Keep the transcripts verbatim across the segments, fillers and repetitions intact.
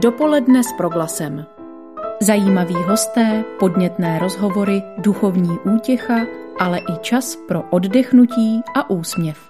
Dopoledne s Proglasem. Zajímaví hosté, podnětné rozhovory, duchovní útěcha, ale i čas pro oddechnutí a úsměv.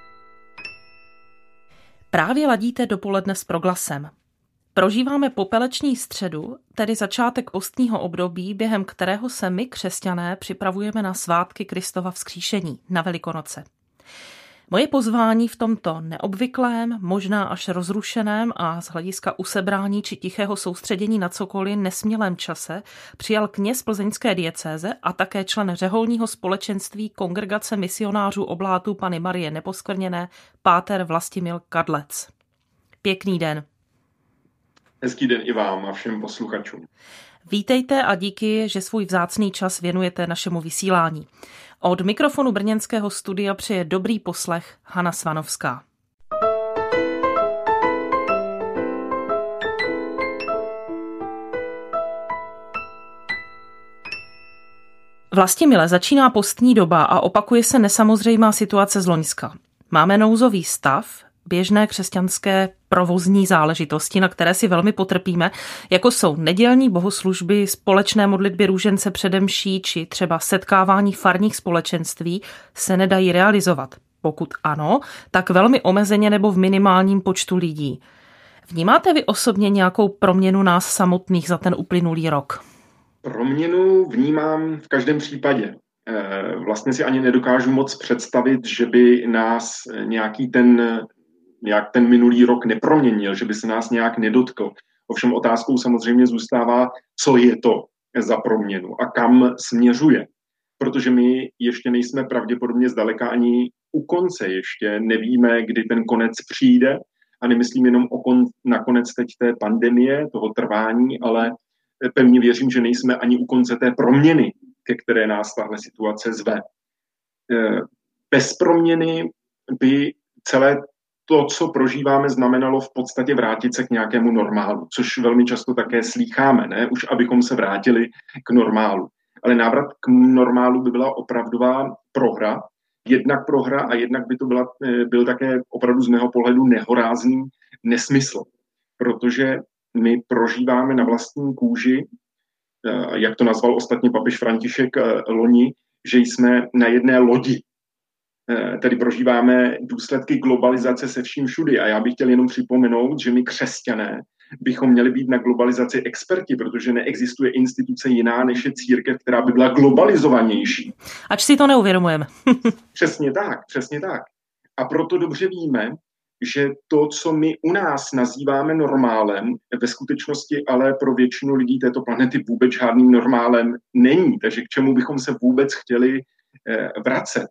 Právě ladíte Dopoledne s Proglasem. Prožíváme popeleční středu, tedy začátek postního období, během kterého se my, křesťané, připravujeme na svátky Kristova vzkříšení, na Velikonoce. Moje pozvání v tomto neobvyklém, možná až rozrušeném a z hlediska usebrání či tichého soustředění na cokoliv nesmělém čase přijal kněz plzeňské diecéze a také člen řeholního společenství Kongregace misionářů oblátů Panny Marie Neposkvrněné páter Vlastimil Kadlec. Pěkný den. Hezký den i vám a všem posluchačům. Vítejte a díky, že svůj vzácný čas věnujete našemu vysílání. Od mikrofonu brněnského studia přeje dobrý poslech Hana Svanovská. Vlastimile, začíná postní doba a opakuje se nesamozřejmá situace z loňska. Máme nouzový stav, běžné křesťanské provozní záležitosti, na které si velmi potrpíme, jako jsou nedělní bohoslužby, společné modlitby růžence přede mší či třeba setkávání farních společenství, se nedají realizovat. Pokud ano, tak velmi omezeně nebo v minimálním počtu lidí. Vnímáte vy osobně nějakou proměnu nás samotných za ten uplynulý rok? Proměnu vnímám v každém případě. Vlastně si ani nedokážu moc představit, že by nás nějaký ten nějak ten minulý rok neproměnil, že by se nás nějak nedotkl. Ovšem otázkou samozřejmě zůstává, co je to za proměnu a kam směřuje. Protože my ještě nejsme pravděpodobně zdaleka ani u konce, ještě nevíme, kdy ten konec přijde a nemyslím jenom o kon, na konec teď té pandemie, toho trvání, ale pevně věřím, že nejsme ani u konce té proměny, ke které nás tahle situace zve. Bez proměny by celé to, co prožíváme, znamenalo v podstatě vrátit se k nějakému normálu, což velmi často také slýcháme, ne? Už abychom se vrátili k normálu. Ale návrat k normálu by byla opravdová prohra, jednak prohra a jednak by to byla, byl také opravdu z mého pohledu nehorázný nesmysl, protože my prožíváme na vlastní kůži, jak to nazval ostatně papež František loni, že jsme na jedné lodi. Tedy prožíváme důsledky globalizace se vším všudy. A já bych chtěl jenom připomenout, že my křesťané bychom měli být na globalizaci experti, protože neexistuje instituce jiná než je církev, která by byla globalizovanější. Ač si to neuvědomujeme. Přesně tak, přesně tak. A proto dobře víme, že to, co my u nás nazýváme normálem, ve skutečnosti ale pro většinu lidí této planety vůbec žádným normálem není. Takže k čemu bychom se vůbec chtěli vracet?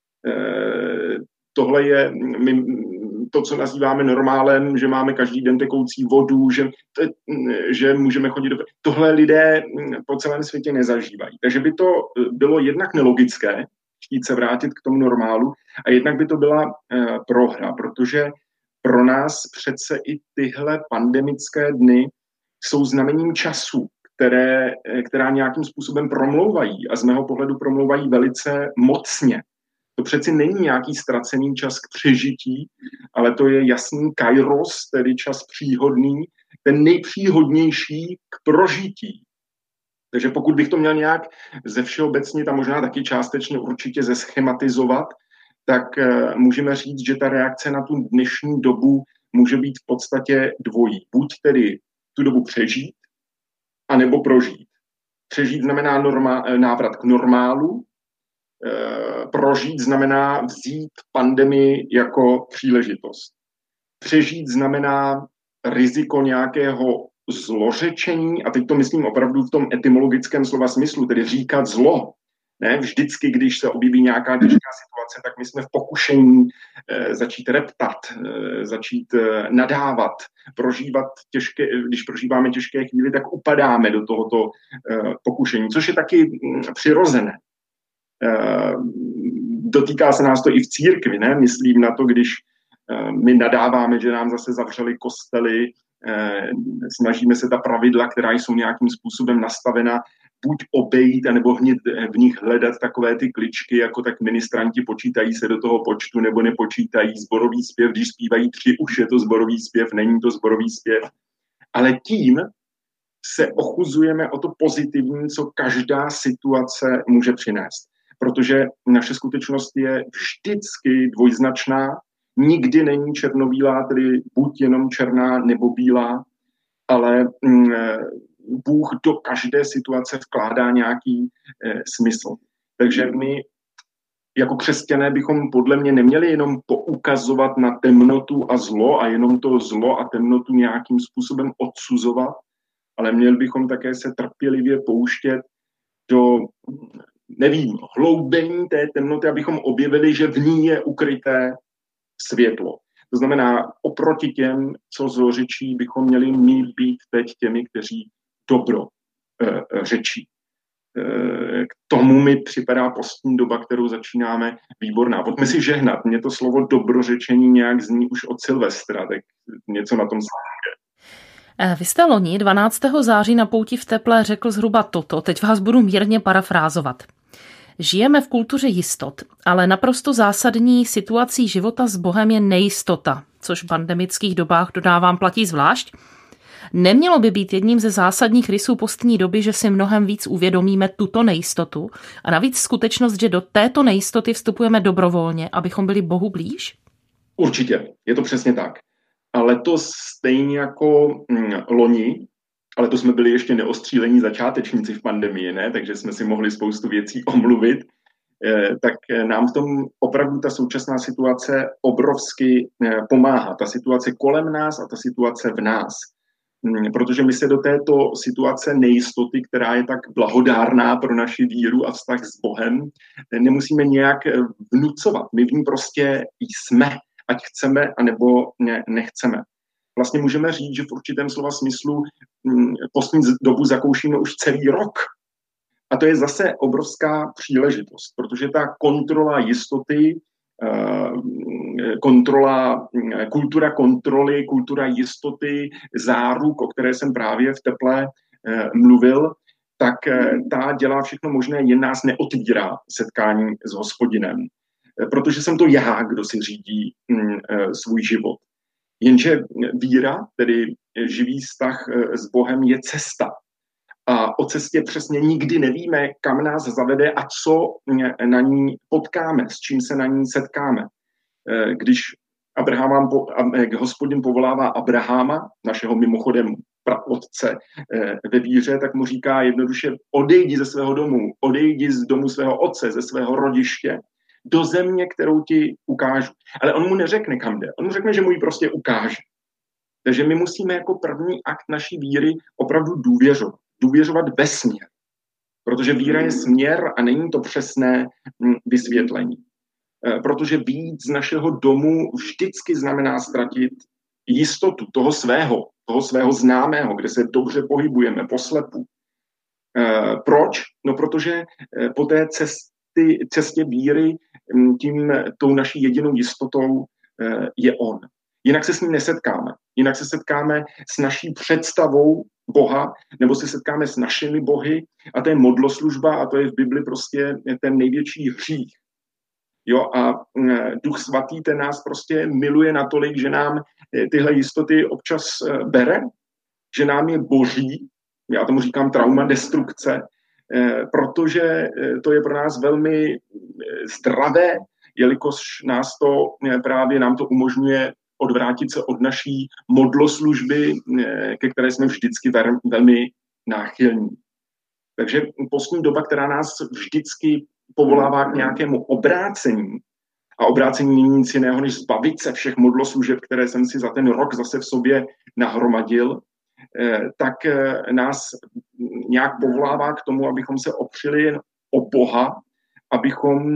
Tohle je my, to, co nazýváme normálem, že máme každý den tekoucí vodu, že, že můžeme chodit do... Tohle lidé po celém světě nezažívají. Takže by to bylo jednak nelogické chtít se vrátit k tomu normálu a jednak by to byla uh, prohra, protože pro nás přece i tyhle pandemické dny jsou znamením času, které, která nějakým způsobem promlouvají a z mého pohledu promlouvají velice mocně. To přeci není nějaký ztracený čas k přežití, ale to je jasný kairos, tedy čas příhodný, ten nejpříhodnější k prožití. Takže pokud bych to měl nějak ze všeobecnit a možná taky částečně určitě zeschematizovat, tak uh, můžeme říct, že ta reakce na tu dnešní dobu může být v podstatě dvojí. Buď tedy tu dobu přežít, anebo prožít. Přežít znamená norma, návrat k normálu, prožít znamená vzít pandemii jako příležitost. Přežít znamená riziko nějakého zlořečení, a teď to myslím opravdu v tom etymologickém slova smyslu, tedy říkat zlo. Ne? Vždycky, když se objeví nějaká těžká situace, tak my jsme v pokušení e, začít reptat, e, začít e, nadávat, prožívat těžké, když prožíváme těžké chvíli, tak upadáme do tohoto e, pokušení, což je taky m, přirozené. Dotýká se nás to i v církvi, ne? Myslím na to, když my nadáváme, že nám zase zavřeli kostely, snažíme se ta pravidla, která jsou nějakým způsobem nastavena, buď obejít, anebo hned v nich hledat takové ty kličky, jako tak ministranti počítají se do toho počtu, nebo nepočítají sborový zpěv, když zpívají tři, už je to sborový zpěv, není to sborový zpěv. Ale tím se ochuzujeme o to pozitivní, co každá situace může přinést. Protože naše skutečnost je vždycky dvojznačná, nikdy není černobílá, tedy buď jenom černá nebo bílá, ale Bůh do každé situace vkládá nějaký eh, smysl. Takže my jako křesťané bychom podle mě neměli jenom poukazovat na temnotu a zlo a jenom to zlo a temnotu nějakým způsobem odsuzovat, ale měli bychom také se trpělivě pouštět do, nevím, hloubení té temnoty, abychom objevili, že v ní je ukryté světlo. To znamená, oproti těm, co zlořečí, bychom měli mít být teď těmi, kteří dobro e, řečí. E, k tomu mi připadá postní doba, kterou začínáme, výborná. Pojďme si žehnat. Mně to slovo dobrořečení nějak zní už od Silvestra, tak něco na tom slyšet. Vy jste loni dvanáctého září na pouti v Teple řekl zhruba toto, teď vás budu mírně parafrázovat. Žijeme v kultuře jistot, ale naprosto zásadní situací života s Bohem je nejistota, což v pandemických dobách, dodávám, platí zvlášť. Nemělo by být jedním ze zásadních rysů postní doby, že si mnohem víc uvědomíme tuto nejistotu a navíc skutečnost, že do této nejistoty vstupujeme dobrovolně, abychom byli Bohu blíž? Určitě, je to přesně tak. Ale to stejně jako hm, loni, ale to jsme byli ještě neostřílení začátečníci v pandemii, ne? Takže jsme si mohli spoustu věcí omluvit, eh, tak nám v tom opravdu ta současná situace obrovsky eh, pomáhá. Ta situace kolem nás a ta situace v nás. Hm, protože my se do této situace nejistoty, která je tak blahodárná pro naši víru a vztah s Bohem, nemusíme nějak vnucovat. My v ní prostě jsme, ať chceme, anebo ne, nechceme. Vlastně můžeme říct, že v určitém slova smyslu postní dobu zakoušíme už celý rok. A to je zase obrovská příležitost, protože ta kontrola jistoty, kontrola, kultura kontroly, kultura jistoty, záruk, o které jsem právě v Teple mluvil, tak ta dělá všechno možné, jen nás neotvírá setkání s Hospodinem. Protože jsem to já, kdo si řídí svůj život. Jenže víra, tedy živý vztah s Bohem, je cesta. A o cestě přesně nikdy nevíme, kam nás zavede a co na ní potkáme, s čím se na ní setkáme. Když Abraham, Hospodin povolává Abrahama, našeho mimochodem praotce ve víře, tak mu říká jednoduše: odejdi ze svého domu, odejdi z domu svého otce, ze svého rodiště, do země, kterou ti ukážu. Ale on mu neřekne, kam jde. On mu řekne, že mu ji prostě ukáže. Takže my musíme jako první akt naší víry opravdu důvěřovat. Důvěřovat ve směr. Protože víra je směr a není to přesné vysvětlení. Protože vyjít z našeho domu vždycky znamená ztratit jistotu toho svého, toho svého známého, kde se dobře pohybujeme, poslepu. Proč? No protože po té cesty, cestě víry tím tou naší jedinou jistotou je on. Jinak se s ním nesetkáme. Jinak se setkáme s naší představou Boha, nebo se setkáme s našimi bohy a to je modloslužba a to je v Bibli prostě ten největší hřích. Jo, a Duch Svatý ten nás prostě miluje natolik, že nám tyhle jistoty občas bere, že nám je boží, já tomu říkám trauma destrukce, protože to je pro nás velmi zdravé, jelikož nás to právě nám to umožňuje odvrátit se od naší modloslužby, ke které jsme vždycky velmi náchylní. Takže postní doba, která nás vždycky povolává k nějakému obrácení, a obrácení není nic jiného, než zbavit se všech modloslužeb, které jsem si za ten rok zase v sobě nahromadil, tak nás nějak povolává k tomu, abychom se opřeli jen o Boha, abychom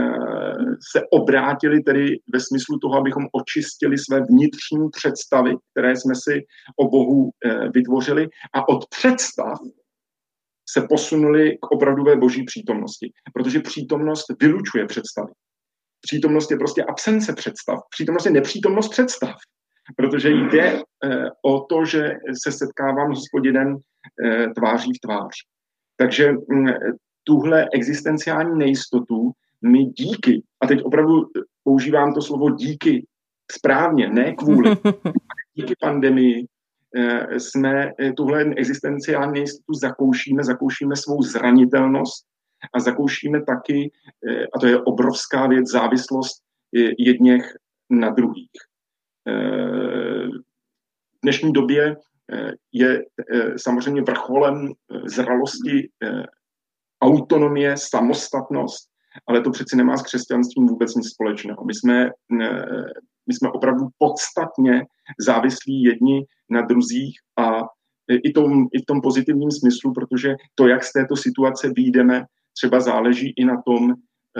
se obrátili tedy ve smyslu toho, abychom očistili své vnitřní představy, které jsme si o Bohu vytvořili a od představ se posunuli k opravdové boží přítomnosti. Protože přítomnost vylučuje představy. Přítomnost je prostě absence představ. Přítomnost je nepřítomnost představ. Protože jde o to, že se setkávám s Hospodinem tváří v tvář. Takže tuhle existenciální nejistotu my díky, a teď opravdu používám to slovo díky správně, ne kvůli, díky pandemii, jsme tuhle existenciální nejistotu zakoušíme, zakoušíme svou zranitelnost a zakoušíme taky, a to je obrovská věc, závislost jedněch na druhých. V dnešní době je samozřejmě vrcholem zralosti autonomie, samostatnost, ale to přeci nemá s křesťanstvím vůbec nic společného. My jsme, my jsme opravdu podstatně závislí jedni na druzích a i, tom, i v tom pozitivním smyslu, protože to, jak z této situace vyjdeme, třeba záleží i na tom,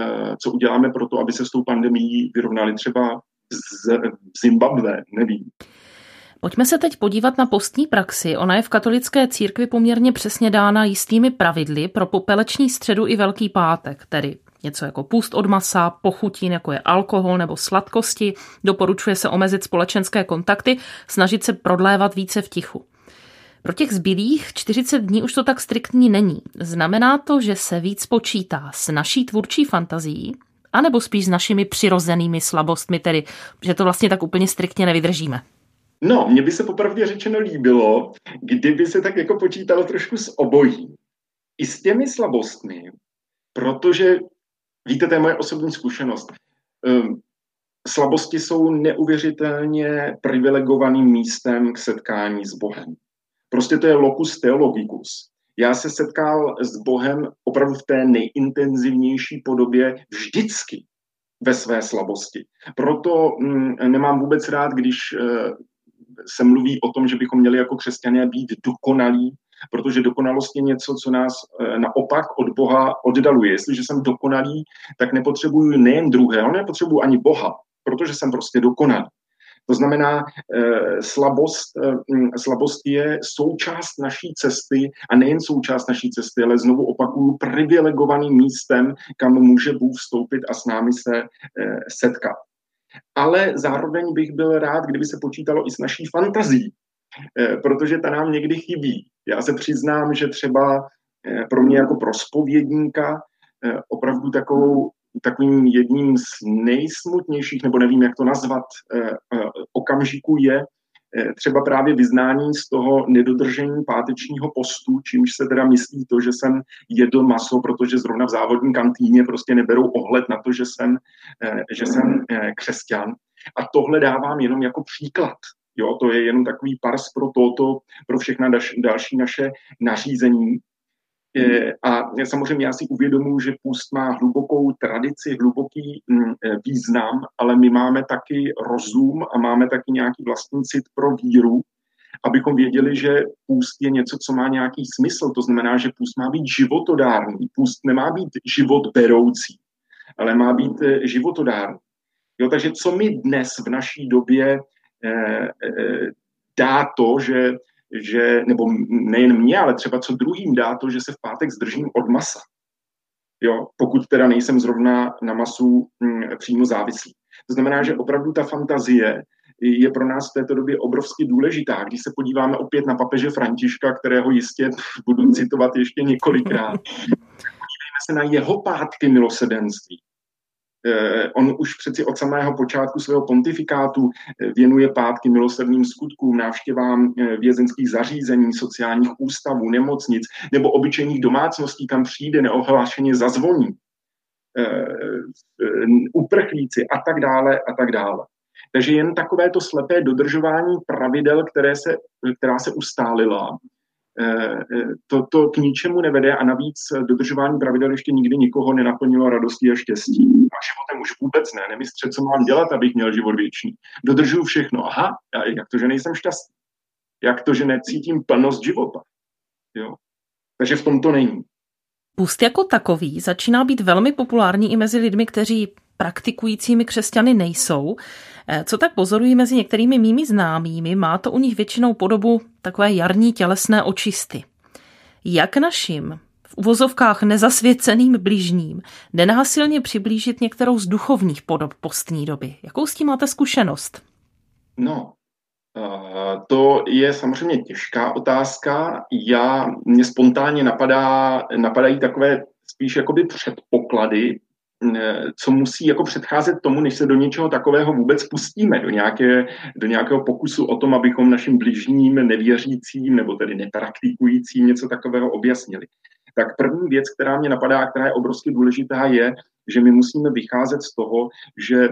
co uděláme pro to, aby se s tou pandemií vyrovnali třeba z Zimbabwe, nevím. Pojďme se teď podívat na postní praxi. Ona je v katolické církvi poměrně přesně dána jistými pravidly pro popeleční středu i Velký pátek, tedy něco jako půst od masa, pochutín, jako je alkohol nebo sladkosti. Doporučuje se omezit společenské kontakty, snažit se prodlévat více v tichu. Pro těch zbylých čtyřicet dní už to tak striktní není. Znamená to, že se víc počítá s naší tvůrčí fantazií, anebo spíš s našimi přirozenými slabostmi, tedy že to vlastně tak úplně striktně nevydržíme? No, mně by se popravdě řečeno líbilo, kdyby se tak jako počítalo trošku s obojí. I s těmi slabostmi, protože, víte, to je moje osobní zkušenost, um, slabosti jsou neuvěřitelně privilegovaným místem k setkání s Bohem. Prostě to je locus theologicus. Já se setkal s Bohem opravdu v té nejintenzivnější podobě vždycky ve své slabosti. Proto mm, nemám vůbec rád, když uh, se mluví o tom, že bychom měli jako křesťané být dokonalí, protože dokonalost je něco, co nás e, naopak od Boha oddaluje. Jestliže jsem dokonalý, tak nepotřebuju nejen druhého, nepotřebuju ani Boha, protože jsem prostě dokonalý. To znamená, e, slabost, e, slabost je součást naší cesty a nejen součást naší cesty, ale znovu opakuju, privilegovaným místem, kam může Bůh vstoupit a s námi se e, setkat. Ale zároveň bych byl rád, kdyby se počítalo i s naší fantazí, protože ta nám někdy chybí. Já se přiznám, že třeba pro mě jako pro zpovědníka opravdu takovou, takovým jedním z nejsmutnějších, nebo nevím, jak to nazvat, okamžiků je třeba právě vyznání z toho nedodržení pátečního postu, čímž se teda myslí to, že jsem jedl maso, protože zrovna v závodní kantýně prostě neberou ohled na to, že jsem, že jsem křesťan. A tohle dávám jenom jako příklad. Jo, to je jenom takový pars pro toto, pro všechna další naše nařízení. A samozřejmě já si uvědomuji, že půst má hlubokou tradici, hluboký význam, ale my máme taky rozum a máme taky nějaký vlastní cit pro víru, abychom věděli, že půst je něco, co má nějaký smysl. To znamená, že půst má být životodárný. Půst nemá být život beroucí, ale má být životodárný. Jo, takže co mi dnes v naší době eh, eh, dá to, že že, nebo nejen mě, ale třeba co druhým dá to, že se v pátek zdržím od masa. Jo, pokud teda nejsem zrovna na masu hm, přímo závislý. To znamená, že opravdu ta fantazie je pro nás v této době obrovsky důležitá. Když se podíváme opět na papeže Františka, kterého jistě budu citovat ještě několikrát, podívejme se na jeho pátky milosrdenství. Eh, on už přeci od samého počátku svého pontifikátu věnuje pátky milosrdným skutkům, návštěvám eh, vězeňských zařízení, sociálních ústavů, nemocnic nebo obyčejných domácností, kam přijde, neohlášeně zazvoní, eh, eh, uprchlíci a tak dále a tak dále. Takže jen takovéto slepé dodržování pravidel, které se, která se ustálila, To, to k ničemu nevede a navíc dodržování pravidel ještě nikdy nikoho nenaplnilo radostí a štěstí. A životem už vůbec ne. Nemistře, co mám dělat, abych měl život věčný. Dodržuju všechno. Aha, jak to, že nejsem šťastný? Jak to, že necítím plnost života? Jo. Takže v tom to není. Půst jako takový začíná být velmi populární i mezi lidmi, kteří praktikujícími křesťany nejsou. Co tak pozorují mezi některými mými známými, má to u nich většinou podobu takové jarní tělesné očisty. Jak našim v uvozovkách nezasvěceným bližním nenásilně přiblížit některou z duchovních podob postní doby? Jakou s tím máte zkušenost? No, uh, to je samozřejmě těžká otázka. Já, mě spontánně napadá, napadají takové spíš jakoby předpoklady co musí jako předcházet tomu, než se do něčeho takového vůbec pustíme, do, nějaké, do nějakého pokusu o tom, abychom našim bližním nevěřícím nebo tedy nepraktikujícím něco takového objasnili. Tak první věc, která mě napadá, která je obrovsky důležitá, je, že my musíme vycházet z toho, že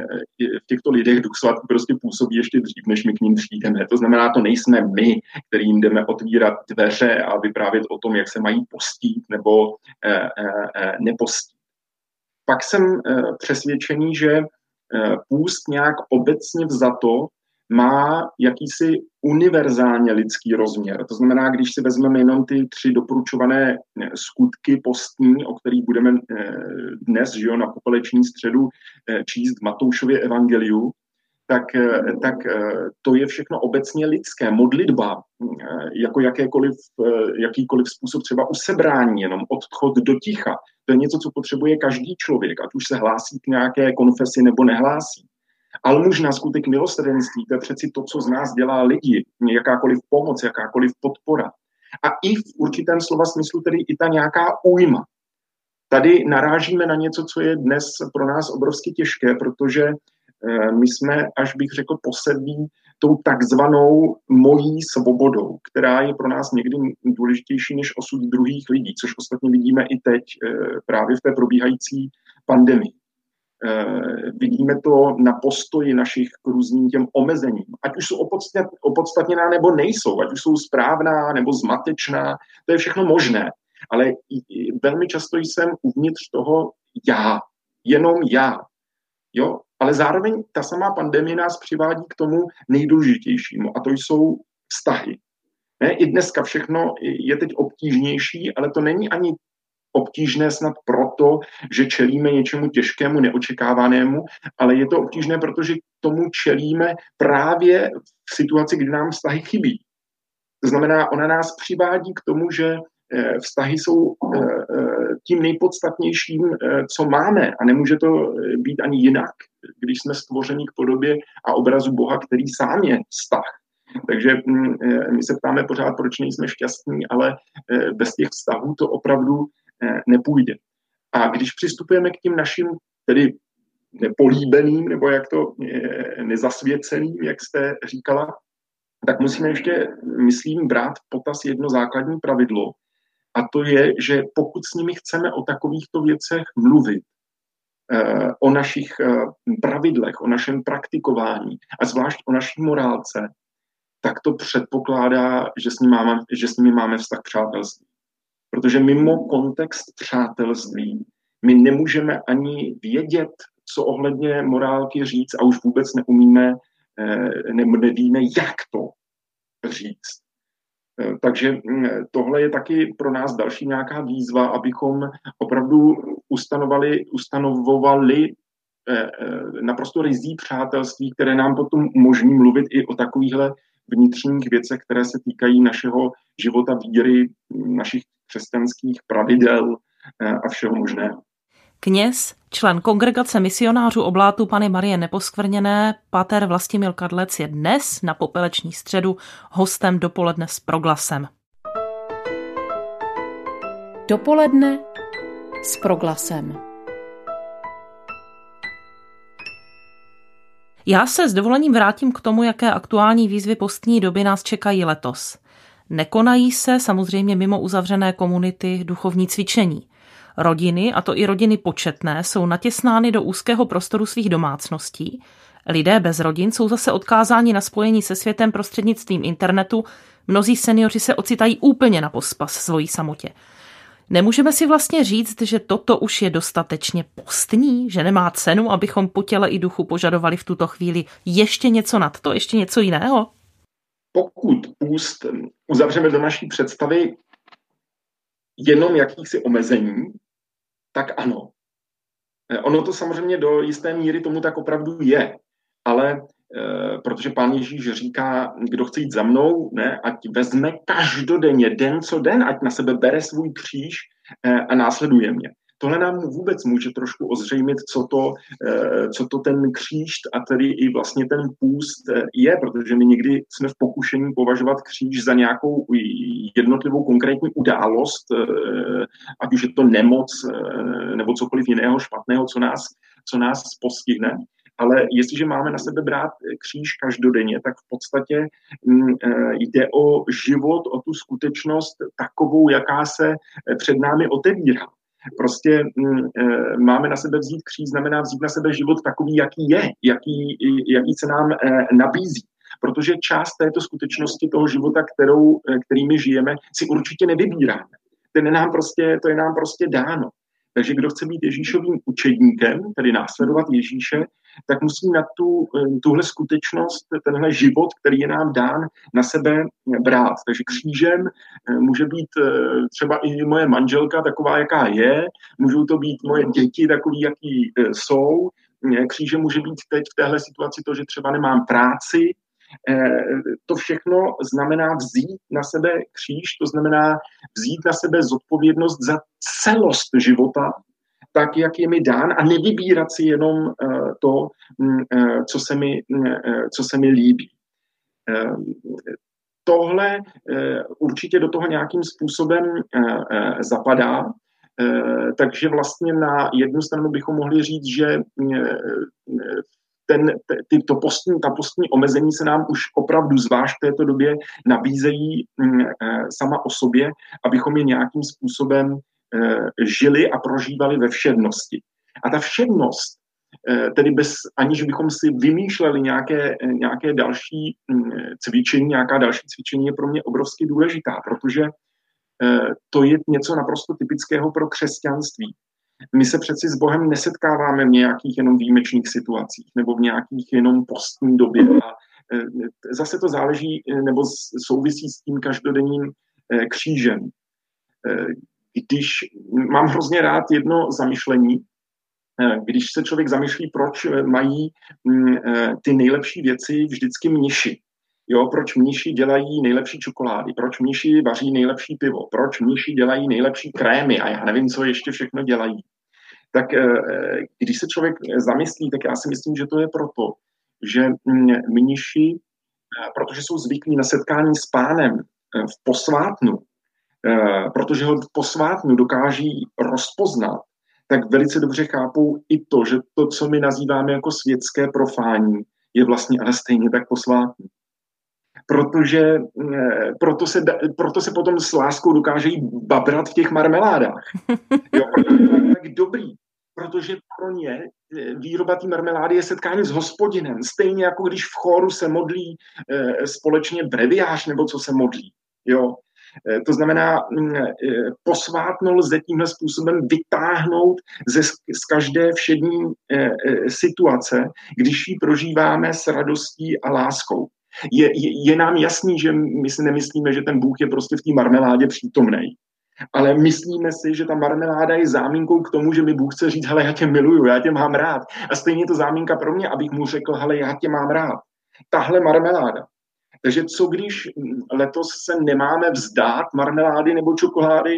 v těchto lidech Duch Svatý prostě působí ještě dřív, než my k ním přijdeme. To znamená, to nejsme my, kterým jdeme otvírat dveře a vyprávět o tom, jak se mají postít nebo eh, eh, nepostít. Pak jsem eh, přesvědčený, že eh, půst nějak obecně vzato má jakýsi univerzálně lidský rozměr. To znamená, když si vezmeme jenom ty tři doporučované skutky postní, o kterých budeme dnes, že jo, na popeleční středu číst v Matoušově evangeliu, tak, tak to je všechno obecně lidské. Modlitba, jako jakékoliv, jakýkoliv způsob třeba usebrání, jenom odchod do ticha, to je něco, co potřebuje každý člověk, ať už se hlásí k nějaké konfesi nebo nehlásí. Almužna, skutek milosrdenství, to je přeci to, co z nás dělá lidi, jakákoliv pomoc, jakákoliv podpora. A i v určitém slova smyslu tedy i ta nějaká újma. Tady narážíme na něco, co je dnes pro nás obrovsky těžké, protože my jsme, až bych řekl, posedlí tou takzvanou mojí svobodou, která je pro nás někdy důležitější než osud druhých lidí, což ostatně vidíme i teď právě v té probíhající pandemii. Uh, vidíme to na postoji našich k různým těm omezením. Ať už jsou opodstat, opodstatněná nebo nejsou, ať už jsou správná nebo zmatečná, to je všechno možné. Ale i, i, velmi často jsem uvnitř toho já, jenom já. Jo? Ale zároveň ta samá pandemie nás přivádí k tomu nejdůležitějšímu, a to jsou vztahy. Ne? I dneska všechno je teď obtížnější, ale to není ani obtížné snad proto, že čelíme něčemu těžkému, neočekávanému, ale je to obtížné, protože tomu čelíme právě v situaci, kdy nám vztahy chybí. To znamená, ona nás přivádí k tomu, že vztahy jsou tím nejpodstatnějším, co máme, a nemůže to být ani jinak, když jsme stvořeni k podobě a obrazu Boha, který sám je vztah. Takže my se ptáme pořád, proč nejsme šťastní, ale bez těch vztahů to opravdu nepůjde. A když přistupujeme k tím našim, tedy nepolíbeným, nebo jak to nezasvěceným, jak jste říkala, tak musíme ještě, myslím, brát v potaz jedno základní pravidlo, a to je, že pokud s nimi chceme o takovýchto věcech mluvit, o našich pravidlech, o našem praktikování a zvlášť o naší morálce, tak to předpokládá, že s nimi máme, že s nimi máme vztah přátelství. Protože mimo kontext přátelství my nemůžeme ani vědět, co ohledně morálky říct, a už vůbec neumíme, ne, nevíme, jak to říct. Takže tohle je taky pro nás další nějaká výzva, abychom opravdu ustanovali, ustanovovali naprosto rizí přátelství, které nám potom umožní mluvit i o takovýchhle vnitřních věcech, které se týkají našeho života, víry, našich křesťanských pravidel a všeho možného. Kněz, člen Kongregace misionářů oblátu Panny Marie Neposkvrněné, pater Vlastimil Kadlec, je dnes na popeleční středu hostem Dopoledne s Proglasem. Dopoledne s Proglasem. Já se s dovolením vrátím k tomu, jaké aktuální výzvy postní doby nás čekají letos. Nekonají se samozřejmě mimo uzavřené komunity duchovní cvičení. Rodiny, a to i rodiny početné, jsou natěsnány do úzkého prostoru svých domácností. Lidé bez rodin jsou zase odkázáni na spojení se světem prostřednictvím internetu. Mnozí seniori se ocitají úplně na pospas svojí samotě. Nemůžeme si vlastně říct, že toto už je dostatečně postní, že nemá cenu, abychom po těle i duchu požadovali v tuto chvíli ještě něco nad to, ještě něco jiného? Pokud půst uzavřeme do naší představy jenom jakýchsi omezení, tak ano. Ono to samozřejmě do jisté míry tomu tak opravdu je, ale e, protože Pán Ježíš říká, kdo chce jít za mnou, ne, ať vezme každodenně, den co den, ať na sebe bere svůj kříž e, a následuje mě. tohle nám vůbec může trošku ozřejmit, co to, co to ten kříž a tedy i vlastně ten půst je, protože my někdy jsme v pokušení považovat kříž za nějakou jednotlivou konkrétní událost, ať už je to nemoc nebo cokoliv jiného špatného, co nás, co nás postihne. Ale jestliže máme na sebe brát kříž každodenně, tak v podstatě jde o život, o tu skutečnost takovou, jaká se před námi otevírá. Prostě máme na sebe vzít kříž, znamená vzít na sebe život takový, jaký je, jaký, jaký se nám nabízí. Protože část této skutečnosti toho života, kterou, kterými žijeme, si určitě nevybíráme. To je nám prostě, to je nám prostě dáno. Takže kdo chce být Ježíšovým učedníkem, tedy následovat Ježíše, tak musí na tu, tuhle skutečnost, tenhle život, který je nám dán, na sebe brát. Takže křížem může být třeba i moje manželka taková, jaká je, můžou to být moje děti takový, jaký jsou. Křížem může být teď v téhle situaci to, že třeba nemám práci. To všechno znamená vzít na sebe kříž, to znamená vzít na sebe zodpovědnost za celost života, tak, jak je mi dán, a nevybírat si jenom to, co se mi, co se mi líbí. Tohle určitě do toho nějakým způsobem zapadá, takže vlastně na jednu stranu bychom mohli říct, že ten, ty, to postní, ta postní omezení se nám už opravdu zvlášť v této době nabízejí sama o sobě, abychom je nějakým způsobem žili a prožívali ve všednosti. A ta všednost, tedy bez, aniž bychom si vymýšleli nějaké, nějaké další cvičení, nějaká další cvičení je pro mě obrovsky důležitá, protože to je něco naprosto typického pro křesťanství. My se přeci s Bohem nesetkáváme v nějakých jenom výjimečných situacích nebo v nějakých jenom postní době. A zase to záleží nebo souvisí s tím každodenním křížem. Když mám hrozně rád jedno zamyšlení, když se člověk zamýšlí, proč mají ty nejlepší věci vždycky mniši. Jo, proč mniši dělají nejlepší čokolády, proč mniši vaří nejlepší pivo, proč mniši dělají nejlepší krémy a já nevím, co ještě všechno dělají. Tak když se člověk zamyslí, tak já si myslím, že to je proto, že mniši, protože jsou zvyklí na setkání s Pánem v posvátnu, protože ho v posvátnu dokáží rozpoznat, tak velice dobře chápou i to, že to, co my nazýváme jako světské profání, je vlastně ale stejně tak posvátný. Protože proto se, proto se potom s láskou dokážejí babrat v těch marmeládách. Jo, protože to je tak dobrý, protože pro ně výroba té marmelády je setkání s Hospodinem. Stejně jako když v chóru se modlí společně breviář nebo co se modlí. Jo. To znamená, posvátno lze tímhle způsobem vytáhnout ze, z každé všední situace, když ji prožíváme s radostí a láskou. Je, je, je nám jasný, že my si nemyslíme, že ten Bůh je prostě v té marmeládě přítomnej. Ale myslíme si, že ta marmeláda je záminkou k tomu, že mi Bůh chce říct, hele, já tě miluju, já tě mám rád. A stejně je to záminka pro mě, abych mu řekl, hele, já tě mám rád. Tahle marmeláda. Takže co když letos se nemáme vzdát marmelády nebo čokolády,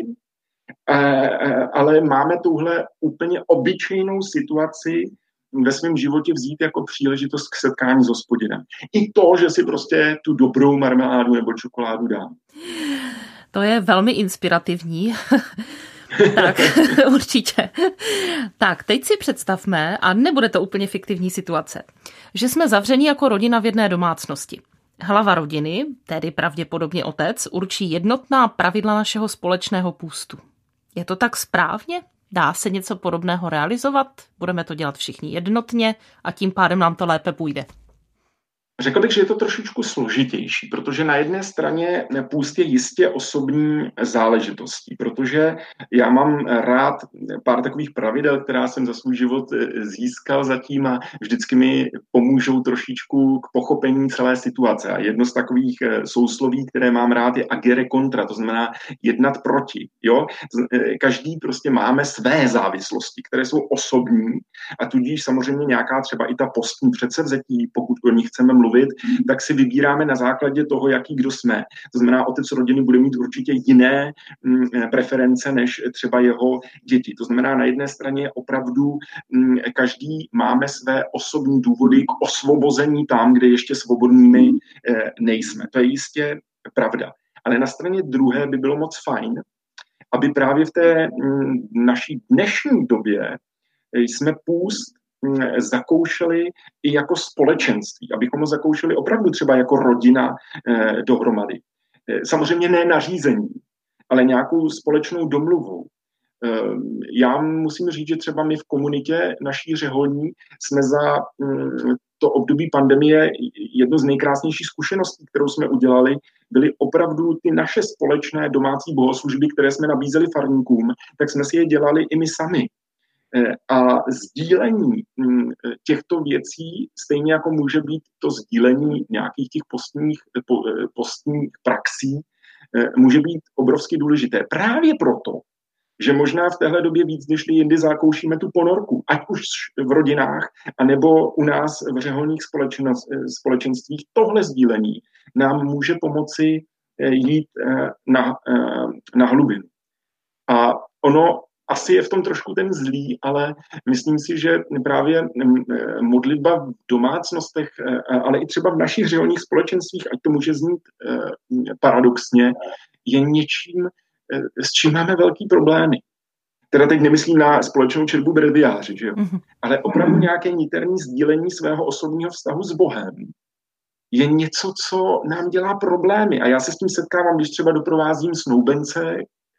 ale máme tuhle úplně obyčejnou situaci ve svém životě vzít jako příležitost k setkání s Hospodinem. I to, že si prostě tu dobrou marmeládu nebo čokoládu dám. To je velmi inspirativní. Tak, určitě. Tak, teď si představme, a nebude to úplně fiktivní situace, že jsme zavřeni jako rodina v jedné domácnosti. Hlava rodiny, tedy pravděpodobně otec, určí jednotná pravidla našeho společného půstu. Je to tak správně? Dá se něco podobného realizovat? Budeme to dělat všichni jednotně a tím pádem nám to lépe půjde. Řekl bych, že je to trošičku složitější, protože na jedné straně půst je jistě osobní záležitostí, protože já mám rád pár takových pravidel, která jsem za svůj život získal zatím a vždycky mi pomůžou trošičku k pochopení celé situace. A jedno z takových sousloví, které mám rád, je agere contra, to znamená jednat proti. Jo? Každý prostě máme své závislosti, které jsou osobní a tudíž samozřejmě nějaká třeba i ta postní předsevzetí, pokud o nich chceme mluvit, mluvit, tak si vybíráme na základě toho, jaký kdo jsme. To znamená, otec rodiny bude mít určitě jiné mm, preference než třeba jeho děti. To znamená, na jedné straně opravdu mm, každý máme své osobní důvody k osvobození tam, kde ještě svobodnými eh, nejsme. To je jistě pravda. Ale na straně druhé by bylo moc fajn, aby právě v té mm, naší dnešní době jsme půst zakoušeli i jako společenství, abychom ho zakoušeli opravdu třeba jako rodina eh, dohromady. Eh, samozřejmě ne nařízení, ale nějakou společnou domluvou. Eh, já musím říct, že třeba my v komunitě naší řeholní jsme za hm, to období pandemie jedno z nejkrásnějších zkušeností, kterou jsme udělali, byly opravdu ty naše společné domácí bohoslužby, které jsme nabízeli farníkům, tak jsme si je dělali i my sami. A sdílení těchto věcí, stejně jako může být to sdílení nějakých těch postních, postních praxí, může být obrovsky důležité. Právě proto, že možná v téhle době víc než jindy zakoušíme tu ponorku, ať už v rodinách, anebo u nás v řeholních společenstvích, tohle sdílení nám může pomoci jít na, na hlubinu. A ono asi je v tom trošku ten zlý, ale myslím si, že právě modlitba v domácnostech, ale i třeba v našich řeholních společenstvích, ať to může znít paradoxně, je něčím, s čím máme velký problémy. Teda teď nemyslím na společnou četbu breviáři, že jo? Mm-hmm. Ale opravdu nějaké niterní sdílení svého osobního vztahu s Bohem je něco, co nám dělá problémy. A já se s tím setkávám, když třeba doprovázím snoubence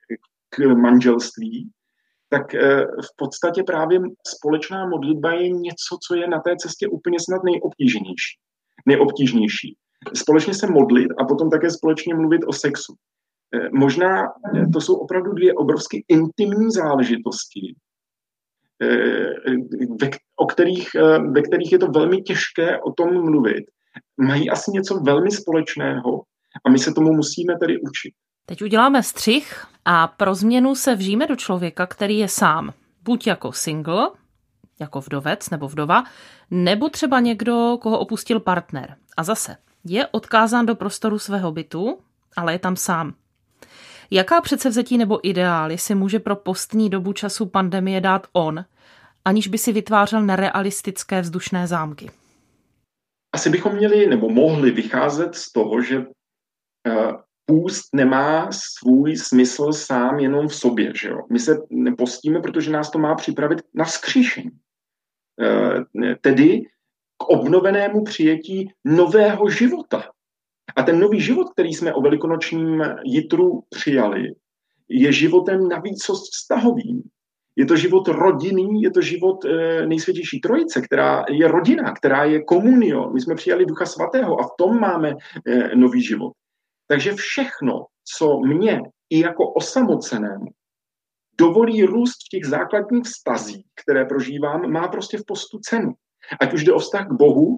k manželství, tak v podstatě právě společná modlitba je něco, co je na té cestě úplně snad nejobtížnější. nejobtížnější. Společně se modlit a potom také společně mluvit o sexu. Možná to jsou opravdu dvě obrovsky intimní záležitosti, ve, o kterých, ve kterých je to velmi těžké o tom mluvit. Mají asi něco velmi společného a my se tomu musíme tedy učit. Teď uděláme střih a pro změnu se vžijeme do člověka, který je sám. Buď jako single, jako vdovec nebo vdova, nebo třeba někdo, koho opustil partner. A zase je odkázán do prostoru svého bytu, ale je tam sám. Jaká předsevzetí nebo ideály si může pro postní dobu času pandemie dát on, aniž by si vytvářel nerealistické vzdušné zámky? Asi bychom měli nebo mohli vycházet z toho, že uh, půst nemá svůj smysl sám jenom v sobě. Že jo? My se postíme, protože nás to má připravit na vzkříšení. Uh, tedy k obnovenému přijetí nového života. A ten nový život, který jsme o velikonočním jitru přijali, je životem navíc vztahovým. Je to život rodinný, je to život e, nejsvětější trojice, která je rodina, která je komunio. My jsme přijali Ducha Svatého a v tom máme e, nový život. Takže všechno, co mě i jako osamocenému dovolí růst v těch základních vztazích, které prožívám, má prostě v postu cenu. Ať už jde o vztah k Bohu,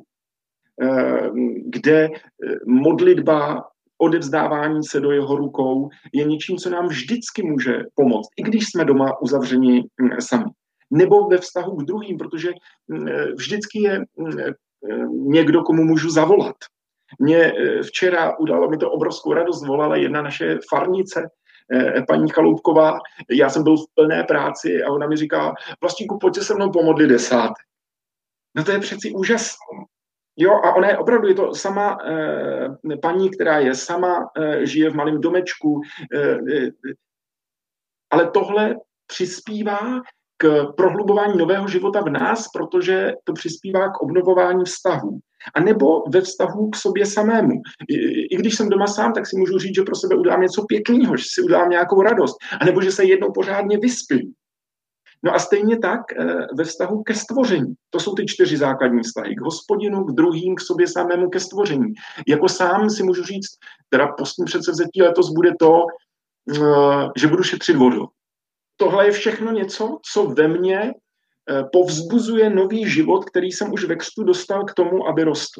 kde modlitba, odevzdávání se do jeho rukou je něčím, co nám vždycky může pomoct, i když jsme doma uzavřeni sami. Nebo ve vztahu k druhým, protože vždycky je někdo, komu můžu zavolat. Mě včera udalo mi to obrovskou radost, volala jedna naše farnice, paní Chaloupková, já jsem byl v plné práci a ona mi říká, Vlastíku, pojďte se mnou pomodlit desátek. No to je přeci úžasné. Jo, a ona je opravdu, je to sama eh, paní, která je sama, eh, žije v malém domečku, eh, eh, ale tohle přispívá k prohlubování nového života v nás, protože to přispívá k obnovování vztahů. A nebo ve vztahu k sobě samému. I, I když jsem doma sám, tak si můžu říct, že pro sebe udělám něco pěkného, že si udělám nějakou radost, anebo že se jednou pořádně vyspím. No a stejně tak ve vztahu ke stvoření. To jsou ty čtyři základní vztahy. K Hospodinu, k druhým, k sobě samému, ke stvoření. Jako sám si můžu říct, teda postní předsevzetí letos bude to, že budu šetřit vodu. Tohle je všechno něco, co ve mně povzbuzuje nový život, který jsem už ve křtu dostal k tomu, aby rostl.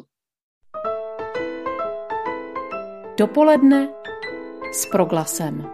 Dopoledne s Proglasem.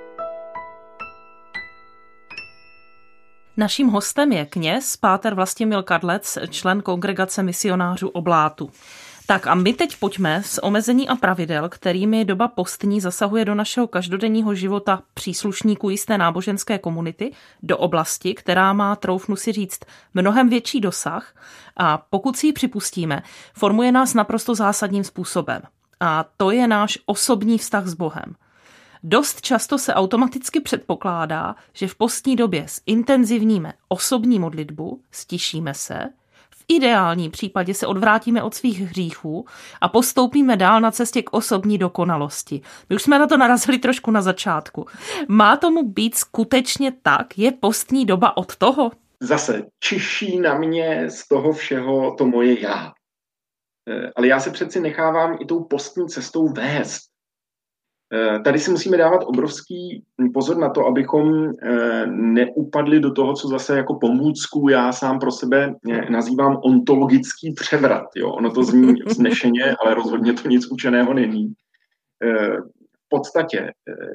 Naším hostem je kněz páter Vlastimil Kadlec, člen Kongregace misionářů Oblátu. Tak a my teď pojďme z omezení a pravidel, kterými doba postní zasahuje do našeho každodenního života příslušníků jisté náboženské komunity, do oblasti, která má, troufnu si říct, mnohem větší dosah a pokud si ji připustíme, formuje nás naprosto zásadním způsobem. A to je náš osobní vztah s Bohem. Dost často se automaticky předpokládá, že v postní době zintenzivníme osobní modlitbu, stišíme se, v ideálním případě se odvrátíme od svých hříchů a postoupíme dál na cestě k osobní dokonalosti. My už jsme na to narazili trošku na začátku. Má tomu být skutečně tak? Je postní doba od toho? Zase čiší na mě z toho všeho to moje já. Ale já se přeci nechávám i tou postní cestou vést. Tady si musíme dávat obrovský pozor na to, abychom neupadli do toho, co zase jako pomůcku já sám pro sebe nazývám ontologický převrat. Jo? Ono to zní vznešeně, ale rozhodně to nic učeného není. V podstatě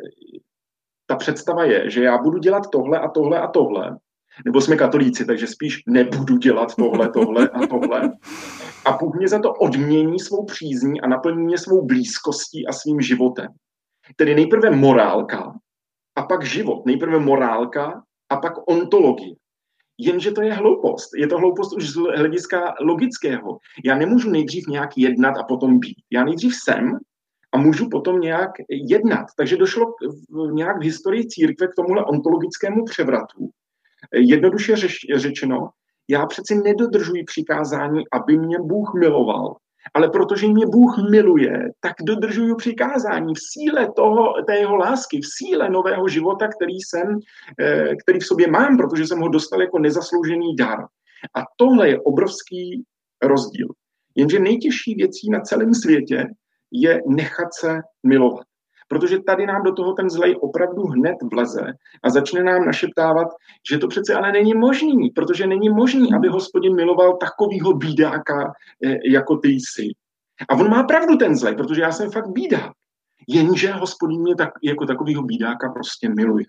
ta představa je, že já budu dělat tohle a tohle a tohle, nebo jsme katolíci, takže spíš nebudu dělat tohle, tohle a tohle. A Bůh mě za to odmění svou přízní a naplní mě svou blízkostí a svým životem. Tedy nejprve morálka a pak život. Nejprve morálka a pak ontologie. Jenže to je hloupost. Je to hloupost už z hlediska logického. Já nemůžu nejdřív nějak jednat a potom být. Já nejdřív jsem a můžu potom nějak jednat. Takže došlo nějak v historii církve k tomuhle ontologickému převratu. Jednoduše řeč, řečeno, já přeci nedodržuji přikázání, aby mě Bůh miloval. Ale protože mě Bůh miluje, tak dodržuju přikázání v síle toho, té jeho lásky, v síle nového života, který jsem, který v sobě mám, protože jsem ho dostal jako nezasloužený dar. A tohle je obrovský rozdíl. Jenže nejtěžší věcí na celém světě je nechat se milovat. Protože tady nám do toho ten zlej opravdu hned vleze a začne nám našeptávat, že to přece ale není možný, protože není možný, aby Hospodin miloval takovýho bídáka, jako ty jsi. A on má pravdu ten zlej, protože já jsem fakt bídák. Jenže Hospodin mě tak, jako takovýho bídáka prostě miluje.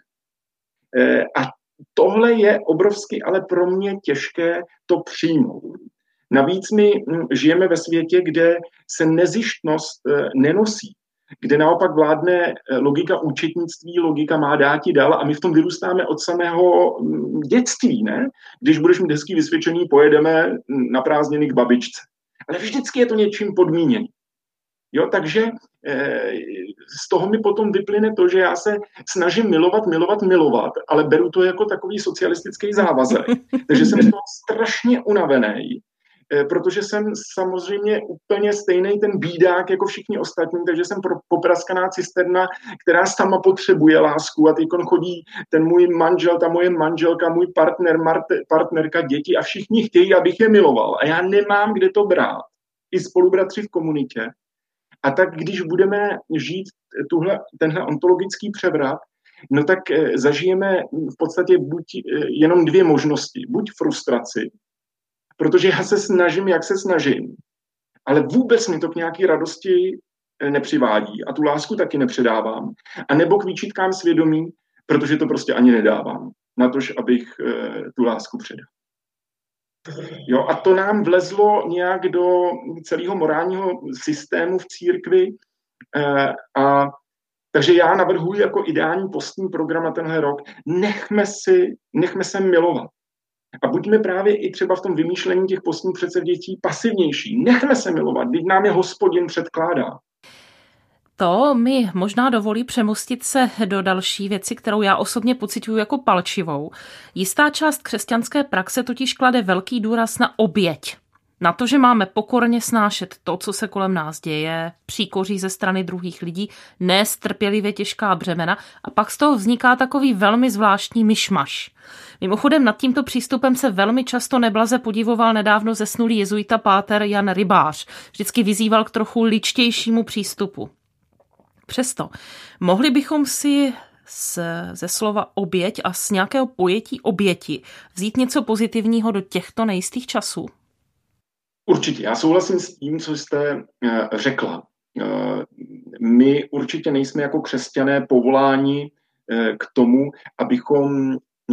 A tohle je obrovsky, ale pro mě těžké to přijmout. Navíc my žijeme ve světě, kde se nezištnost nenosí, kde naopak vládne logika účetnictví, logika má dáti dal a my v tom vyrůstáme od samého dětství, ne? Když budeš mít hezký vysvědčení, pojedeme na prázdniny k babičce. Ale vždycky je to něčím podmíněný. Jo, takže e, z toho mi potom vyplyne to, že já se snažím milovat, milovat, milovat, ale beru to jako takový socialistický závazek. Takže jsem z toho strašně unavený, protože jsem samozřejmě úplně stejný ten bídák jako všichni ostatní, takže jsem popraskaná cisterna, která sama potřebuje lásku a teďkon chodí ten můj manžel, ta moje manželka, můj partner, partnerka, děti a všichni chtějí, abych je miloval a já nemám kde to brát. I spolubratři v komunitě. A tak když budeme žít tuhle, tenhle ontologický převrat, no tak zažijeme v podstatě buď jenom dvě možnosti. Buď frustraci, protože já se snažím, jak se snažím, ale vůbec mi to k nějaké radosti nepřivádí a tu lásku taky nepředávám. A nebo k výčitkám svědomí, protože to prostě ani nedávám, natož abych tu lásku předal. Jo, a to nám vlezlo nějak do celého morálního systému v církvi. A, takže já navrhuji jako ideální postní program na tenhle rok, nechme, si, nechme se milovat. A buďme právě i třeba v tom vymýšlení těch postních předsevdětí pasivnější. Nechme se milovat, když nám je Hospodin předkládá. To mi možná dovolí přemostit se do další věci, kterou já osobně pociťuji jako palčivou. Jistá část křesťanské praxe totiž klade velký důraz na oběť. Na to, že máme pokorně snášet to, co se kolem nás děje, příkoří ze strany druhých lidí, nést trpělivě těžká břemena a pak z toho vzniká takový velmi zvláštní myšmaš. Mimochodem nad tímto přístupem se velmi často neblaze podivoval nedávno zesnulý jezuita páter Jan Rybář. Vždycky vyzýval k trochu ličtějšímu přístupu. Přesto mohli bychom si z, ze slova oběť a z nějakého pojetí oběti vzít něco pozitivního do těchto nejistých časů? Určitě, já souhlasím s tím, co jste uh, řekla. Uh, my určitě nejsme jako křesťané povoláni uh, k tomu, abychom nějak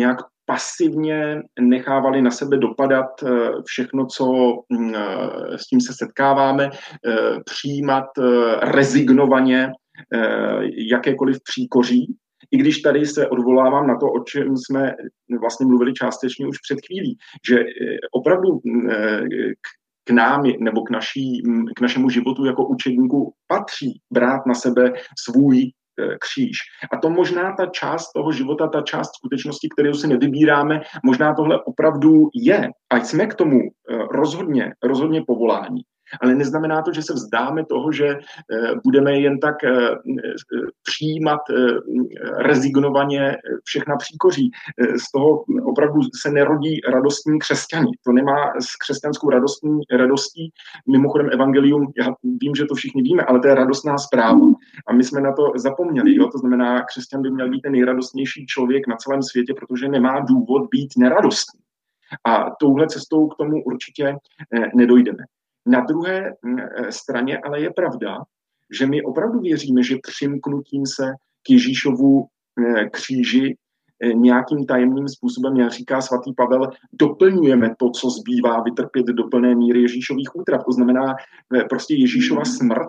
pasivně nechávali na sebe dopadat všechno, co s tím se setkáváme, přijímat rezignovaně jakékoliv příkoří. I když tady se odvolávám na to, o čem jsme vlastně mluvili částečně už před chvílí, že opravdu k nám nebo k, naší, k našemu životu jako učedníku patří brát na sebe svůj kříž. A to možná ta část toho života, ta část skutečnosti, kterou si nevybíráme, možná tohle opravdu je. A jsme k tomu rozhodně, rozhodně povoláni. Ale neznamená to, že se vzdáme toho, že budeme jen tak přijímat rezignovaně všechna příkoří. Z toho opravdu se nerodí radostní křesťani. To nemá s křesťanskou radostní, radostí. Mimochodem evangelium, já vím, že to všichni víme, ale to je radostná zpráva. A my jsme na to zapomněli. Jo? To znamená, křesťan by měl být ten nejradostnější člověk na celém světě, protože nemá důvod být neradostný. A touhle cestou k tomu určitě nedojdeme. Na druhé straně ale je pravda, že my opravdu věříme, že přimknutím se k Ježíšovu kříži nějakým tajemným způsobem, jak říká svatý Pavel, doplňujeme to, co zbývá vytrpět do plné míry Ježíšových útrav. To znamená, prostě Ježíšova smrt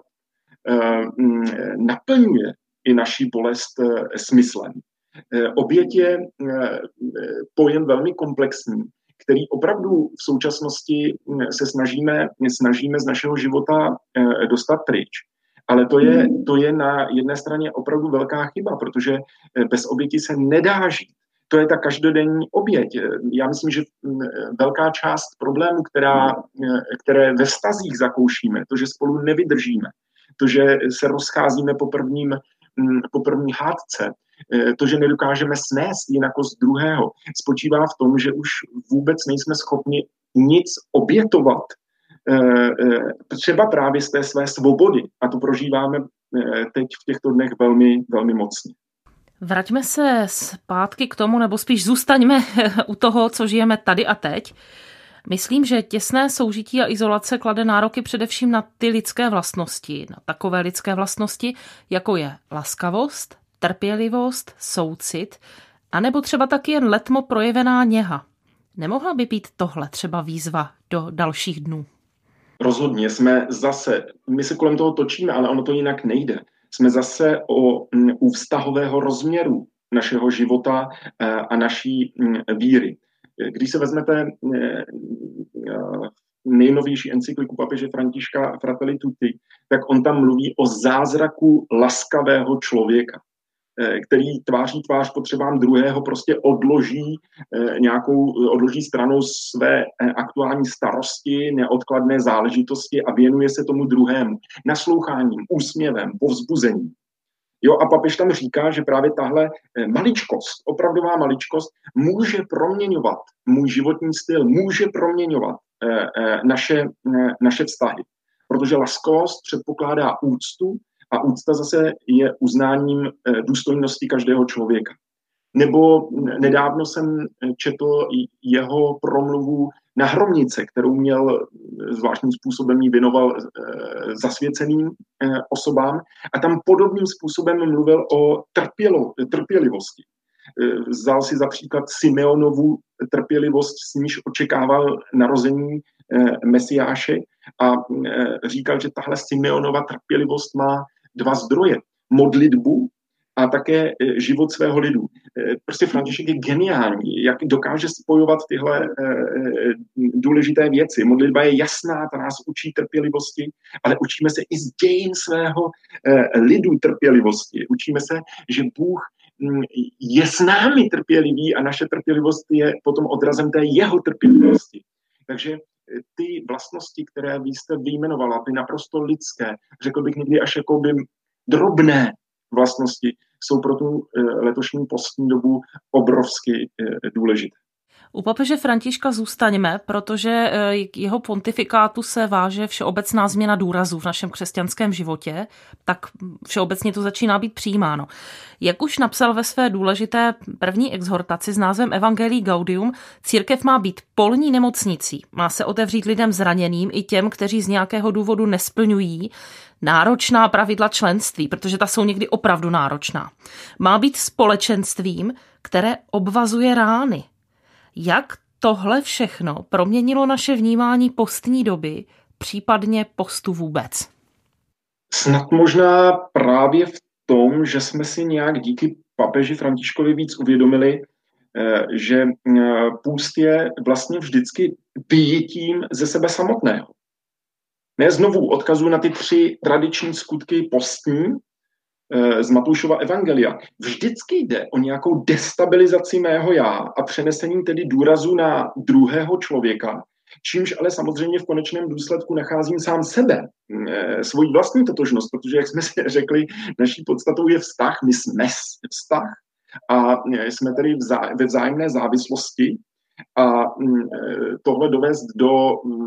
naplňuje i naši bolest smyslem. Oběť je pojem velmi komplexní, který opravdu v současnosti se snažíme, snažíme z našeho života dostat pryč. Ale to je, to je na jedné straně opravdu velká chyba, protože bez oběti se nedá žít. To je ta každodenní oběť. Já myslím, že velká část problémů, která, které ve vztazích zakoušíme, to, že spolu nevydržíme, to, že se rozcházíme po, prvním, po první hádce, to, že nedokážeme snést jinakost druhého, spočívá v tom, že už vůbec nejsme schopni nic obětovat, třeba právě z té své svobody. A to prožíváme teď v těchto dnech velmi, velmi mocně. Vraťme se zpátky k tomu, nebo spíš zůstaňme u toho, co žijeme tady a teď. Myslím, že těsné soužití a izolace klade nároky především na ty lidské vlastnosti, na takové lidské vlastnosti, jako je laskavost, trpělivost, soucit, anebo třeba taky jen letmo projevená něha. Nemohla by být tohle třeba výzva do dalších dnů? Rozhodně jsme zase, my se kolem toho točíme, ale ono to jinak nejde. Jsme zase o, u vztahového rozměru našeho života a naší víry. Když se vezmete nejnovější encykliku papeže Františka Fratelli Tutti, tak on tam mluví o zázraku laskavého člověka, který tváří tvář potřebám druhého prostě odloží nějakou, odloží stranou své aktuální starosti, neodkladné záležitosti a věnuje se tomu druhému nasloucháním, úsměvem, povzbuzením. Jo, a papež tam říká, že právě tahle maličkost, opravdová maličkost, může proměňovat můj životní styl, může proměňovat naše, naše vztahy. Protože laskavost předpokládá úctu, a úcta zase je uznáním důstojnosti každého člověka. Nebo nedávno jsem četl jeho promluvu na Hromnice, kterou měl zvláštním způsobem jí věnoval zasvěceným osobám a tam podobným způsobem mluvil o trpělo, trpělivosti. Vzal si za příklad Simeonovu trpělivost, s níž očekával narození Mesiáše a říkal, že tahle Simeonova trpělivost má dva zdroje. Modlitbu a také život svého lidu. Prostě František je geniální, jak dokáže spojovat tyhle důležité věci. Modlitba je jasná, ta nás učí trpělivosti, ale učíme se i z dějin svého lidu trpělivosti. Učíme se, že Bůh je s námi trpělivý a naše trpělivost je potom odrazem té jeho trpělivosti. Takže ty vlastnosti, které vy jste vyjmenovala, ty naprosto lidské, řekl bych někdy až jako by drobné vlastnosti, jsou pro tu letošní postní dobu obrovsky důležité. U papeže Františka zůstaňme, protože k jeho pontifikátu se váže všeobecná změna důrazů v našem křesťanském životě, tak všeobecně to začíná být přijímáno. Jak už napsal ve své důležité první exhortaci s názvem Evangelii Gaudium, církev má být polní nemocnicí, má se otevřít lidem zraněným i těm, kteří z nějakého důvodu nesplňují náročná pravidla členství, protože ta jsou někdy opravdu náročná. Má být společenstvím, které obvazuje rány. Jak tohle všechno proměnilo naše vnímání postní doby, případně postu vůbec? Snad možná právě v tom, že jsme si nějak díky papeži Františkovi víc uvědomili, že půst je vlastně vždycky vyjitím ze sebe samotného. Ne, znovu odkazuji na ty tři tradiční skutky postní z Matoušova evangelia. Vždycky jde o nějakou destabilizaci mého já a přenesení tedy důrazu na druhého člověka, čímž ale samozřejmě v konečném důsledku nacházím sám sebe, svoji vlastní totožnost, protože, jak jsme si řekli, naší podstatou je vztah, my jsme vztah a jsme tedy ve vzájemné závislosti a tohle dovést do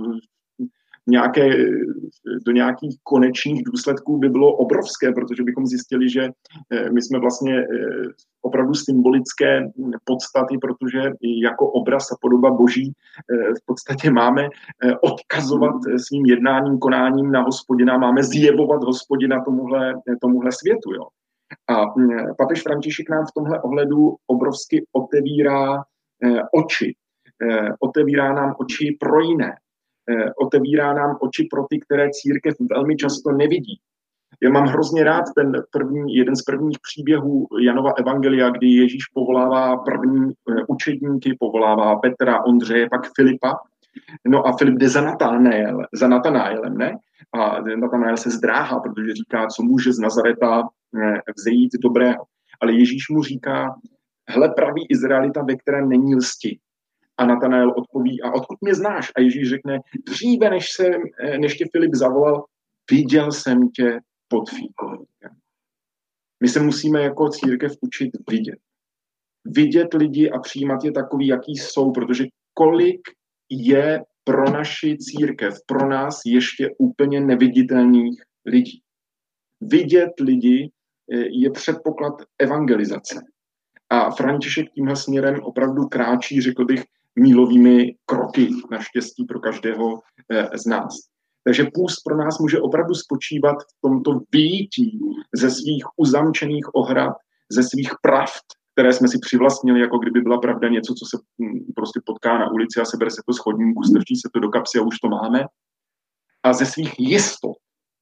nějaké, do nějakých konečných důsledků by bylo obrovské, protože bychom zjistili, že my jsme vlastně opravdu symbolické podstaty, protože jako obraz a podoba Boží v podstatě máme odkazovat svým jednáním, konáním na Hospodina, máme zjevovat Hospodina tomuhle, tomuhle světu. Jo. A papež František nám v tomhle ohledu obrovsky otevírá oči. Otevírá nám oči pro jiné. Otevírá nám oči pro ty, které církev velmi často nevidí. Já mám hrozně rád ten první, jeden z prvních příběhů Janova evangelia, kdy Ježíš povolává první učedníky, povolává Petra, Ondřeje, pak Filipa. No a Filip jde za Natanaelem, za Natanaelem, ne? A Natanael se zdráhá, protože říká, co může z Nazareta vzejít dobrého. Ale Ježíš mu říká, hle pravý Izraelita, ve kterém není lsti. A Natanael odpoví, a odkud mě znáš? A Ježíš řekne, dříve než, jsem, než tě Filip zavolal, viděl jsem tě pod fíkovem. My se musíme jako církev učit vidět. Vidět lidi a přijímat je takový, jaký jsou, protože kolik je pro naši církev, pro nás ještě úplně neviditelných lidí. Vidět lidi je předpoklad evangelizace. A František tímhle směrem opravdu kráčí, řekl bych, mílovými kroky, naštěstí pro každého z nás. Takže půst pro nás může opravdu spočívat v tomto vyjití ze svých uzamčených ohrad, ze svých pravd, které jsme si přivlastnili, jako kdyby byla pravda něco, co se prostě potká na ulici a sebere se to z chodníku, strčí se to do kapsy a už to máme. A ze svých jistot.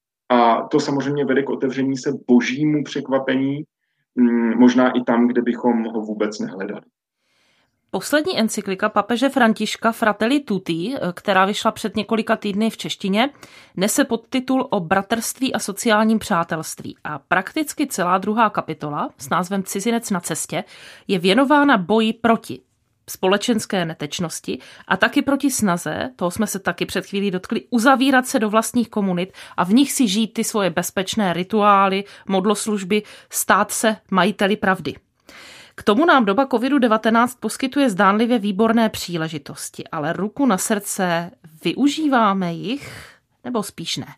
A to samozřejmě vede k otevření se božímu překvapení, možná i tam, kde bychom ho vůbec nehledali. Poslední encyklika papeže Františka Fratelli Tutti, která vyšla před několika týdny v češtině, nese podtitul o bratrství a sociálním přátelství a prakticky celá druhá kapitola s názvem Cizinec na cestě je věnována boji proti společenské netečnosti a taky proti snaze, toho jsme se taky před chvílí dotkli, uzavírat se do vlastních komunit a v nich si žít ty svoje bezpečné rituály, modloslužby, stát se majiteli pravdy. K tomu nám doba kovid devatenáct poskytuje zdánlivě výborné příležitosti, ale ruku na srdce, využíváme jich nebo spíš ne?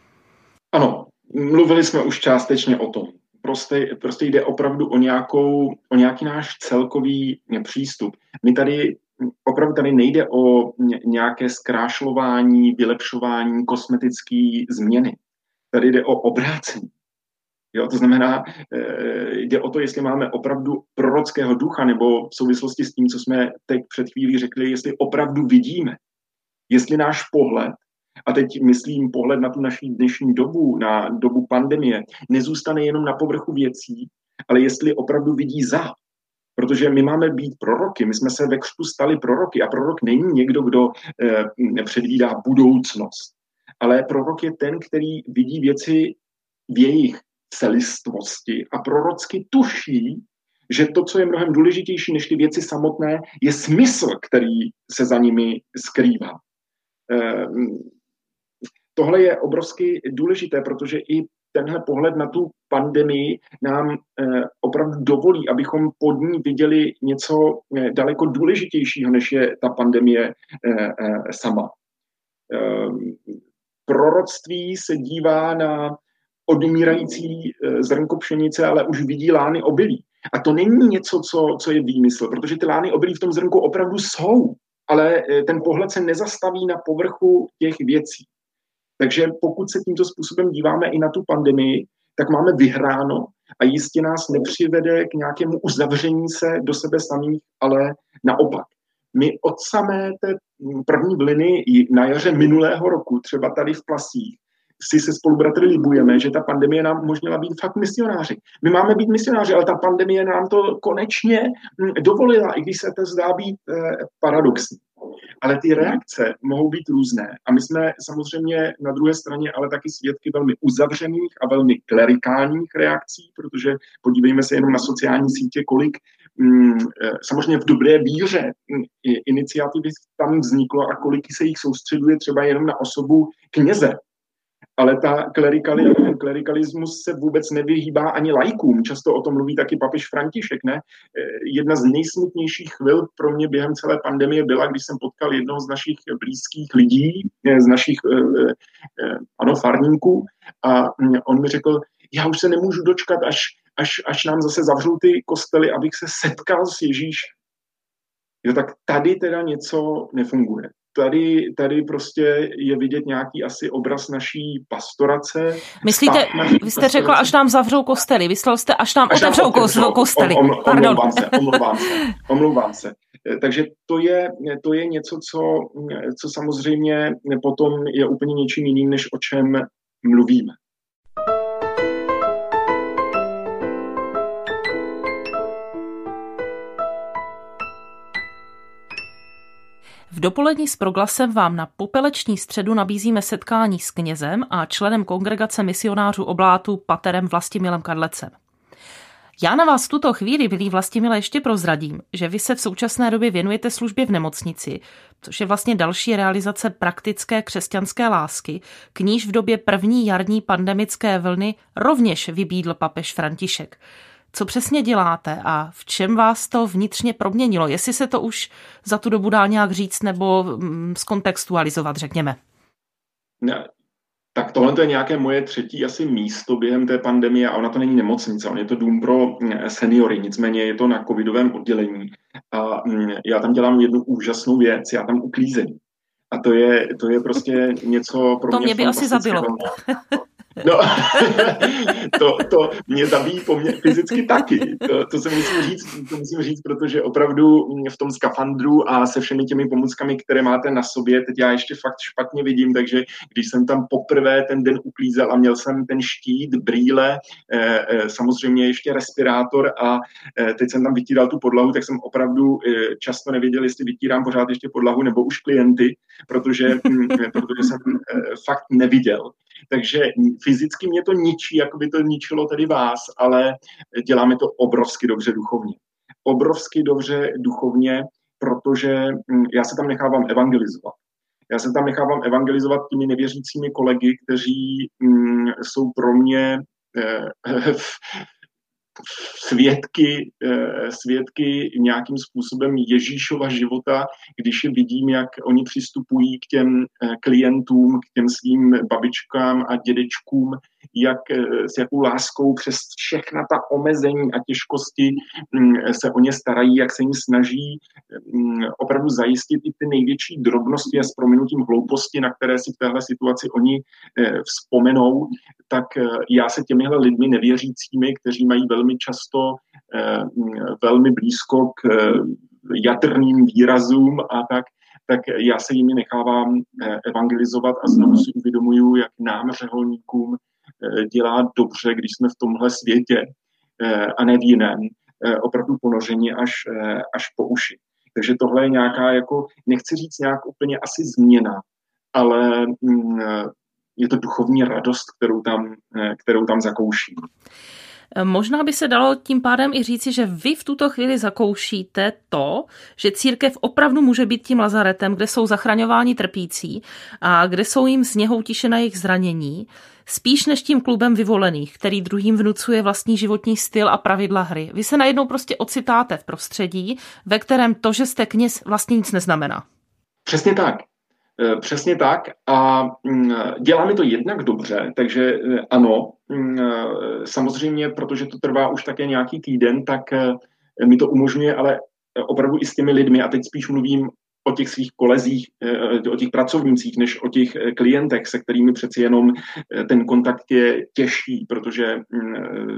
Ano, mluvili jsme už částečně o tom. Prostě, prostě jde opravdu o, nějakou, o nějaký náš celkový přístup. My tady opravdu tady nejde o nějaké zkrášlování, vylepšování, kosmetické změny. Tady jde o obrácení. Jo, to znamená, jde o to, jestli máme opravdu prorockého ducha, nebo v souvislosti s tím, co jsme teď před chvílí řekli, jestli opravdu vidíme, jestli náš pohled, a teď myslím pohled na tu naši dnešní dobu, na dobu pandemie, nezůstane jenom na povrchu věcí, ale jestli opravdu vidí za. Protože my máme být proroky, my jsme se ve křtu stali proroky a prorok není někdo, kdo eh, předvídá budoucnost, ale prorok je ten, který vidí věci v jejich celistvosti a prorocky tuší, že to, co je mnohem důležitější než ty věci samotné, je smysl, který se za nimi skrývá. Eh, tohle je obrovsky důležité, protože i tenhle pohled na tu pandemii nám eh, opravdu dovolí, abychom pod ní viděli něco eh, daleko důležitějšího, než je ta pandemie eh, eh, sama. Eh, proroctví se dívá na odumírající eh, zrnko pšenice, ale už vidí lány obilí. A to není něco, co, co je výmysl, protože ty lány obilí v tom zrnku opravdu jsou, ale eh, ten pohled se nezastaví na povrchu těch věcí. Takže pokud se tímto způsobem díváme i na tu pandemii, tak máme vyhráno a jistě nás nepřivede k nějakému uzavření se do sebe samých, ale naopak. My od samé té první vlny na jaře minulého roku, třeba tady v Plasích, si se spolubratry libujeme, že ta pandemie nám umožnila být fakt misionáři. My máme být misionáři, ale ta pandemie nám to konečně dovolila, i když se to zdá být eh, paradoxní. Ale ty reakce mohou být různé. A my jsme samozřejmě na druhé straně ale taky svědky velmi uzavřených a velmi klerikálních reakcí, protože podívejme se jenom na sociální sítě, kolik mm, samozřejmě v dobré víře iniciativy tam vzniklo a kolik se jich soustředuje třeba jenom na osobu kněze. Ale ta klerikali, ten klerikalismus se vůbec nevyhýbá ani laikům. Často o tom mluví taky papež František. Ne? Jedna z nejsmutnějších chvil pro mě během celé pandemie byla, když jsem potkal jednoho z našich blízkých lidí, z našich ano, farníků, a on mi řekl, já už se nemůžu dočkat, až, až, až nám zase zavřou ty kostely, abych se setkal s Ježíšem. Jo, tak tady teda něco nefunguje. Tady, tady prostě je vidět nějaký asi obraz naší pastorace. Myslíte, vy jste řekla, až nám zavřou kostely. Myslel jste, až nám až otevřou otevřou kostely. Om, om, omlouvám se, omlouvám se, omlouvám se. Takže to je, to je něco, co, co samozřejmě potom je úplně něčím jiným, než o čem mluvíme. V dopolední s Proglasem vám na popeleční středu nabízíme setkání s knězem a členem kongregace misionářů Oblátu paterem Vlastimilem Kadlecem. Já na vás v tuto chvíli, milý Vlastimile, ještě prozradím, že vy se v současné době věnujete službě v nemocnici, což je vlastně další realizace praktické křesťanské lásky, k níž v době první jarní pandemické vlny rovněž vybídl papež František. Co přesně děláte a v čem vás to vnitřně proměnilo? Jestli se to už za tu dobu dá nějak říct nebo zkontextualizovat, řekněme. Ne, tak tohle to je nějaké moje třetí asi místo během té pandemie a ona to není nemocnice, on je to dům pro seniory, nicméně je to na covidovém oddělení. A já tam dělám jednu úžasnou věc, já tam uklízím. A to je, to je prostě něco pro to mě mě by asi zabilo. No, to, to mě zabíjí po mně fyzicky taky. To, to se musím říct, to musím říct, protože opravdu v tom skafandru a se všemi těmi pomůckami, které máte na sobě, teď já ještě fakt špatně vidím, takže když jsem tam poprvé ten den uklízel a měl jsem ten štít, brýle, eh, eh, samozřejmě ještě respirátor a eh, teď jsem tam vytíral tu podlahu, tak jsem opravdu eh, často nevěděl, jestli vytírám pořád ještě podlahu nebo už klienty, protože, hm, protože jsem eh, fakt neviděl. Takže fyzicky mě to ničí, jako by to ničilo tedy vás, ale děláme to obrovsky dobře duchovně. Obrovsky dobře duchovně, protože já se tam nechávám evangelizovat. Já se tam nechávám evangelizovat těmi nevěřícími kolegy, kteří mm, jsou pro mě eh, svědky, svědky nějakým způsobem Ježíšova života, když je vidím, jak oni přistupují k těm klientům, k těm svým babičkám a dědečkům, jak, s jakou láskou přes všechna ta omezení a těžkosti se o ně starají, jak se jim snaží opravdu zajistit i ty největší drobnosti a s prominutím hlouposti, na které si v téhle situaci oni vzpomenou, tak já se těmihle lidmi nevěřícími, kteří mají velmi často velmi blízko k jadrným výrazům a tak, tak já se jimi nechávám evangelizovat a znovu si uvědomuju, jak nám, řeholníkům, dělá dobře, když jsme v tomhle světě a ne v jiném, opravdu ponoření až, až po uši. Takže tohle je nějaká, jako, nechci říct nějak úplně asi změna, ale je to duchovní radost, kterou tam, kterou tam zakouším. Možná by se dalo tím pádem i říci, že vy v tuto chvíli zakoušíte to, že církev opravdu může být tím lazaretem, kde jsou zachraňováni trpící a kde jsou jim z něho utišena jejich zranění, spíš než tím klubem vyvolených, který druhým vnucuje vlastní životní styl a pravidla hry. Vy se najednou prostě ocitáte v prostředí, ve kterém to, že jste kněz, vlastně nic neznamená. Přesně tak. Přesně tak a děláme to jednak dobře, takže ano, samozřejmě, protože to trvá už také nějaký týden, tak mi to umožňuje, ale opravdu i s těmi lidmi, a teď spíš mluvím o těch svých kolezích, o těch pracovnících, než o těch klientech, se kterými přeci jenom ten kontakt je těžší, protože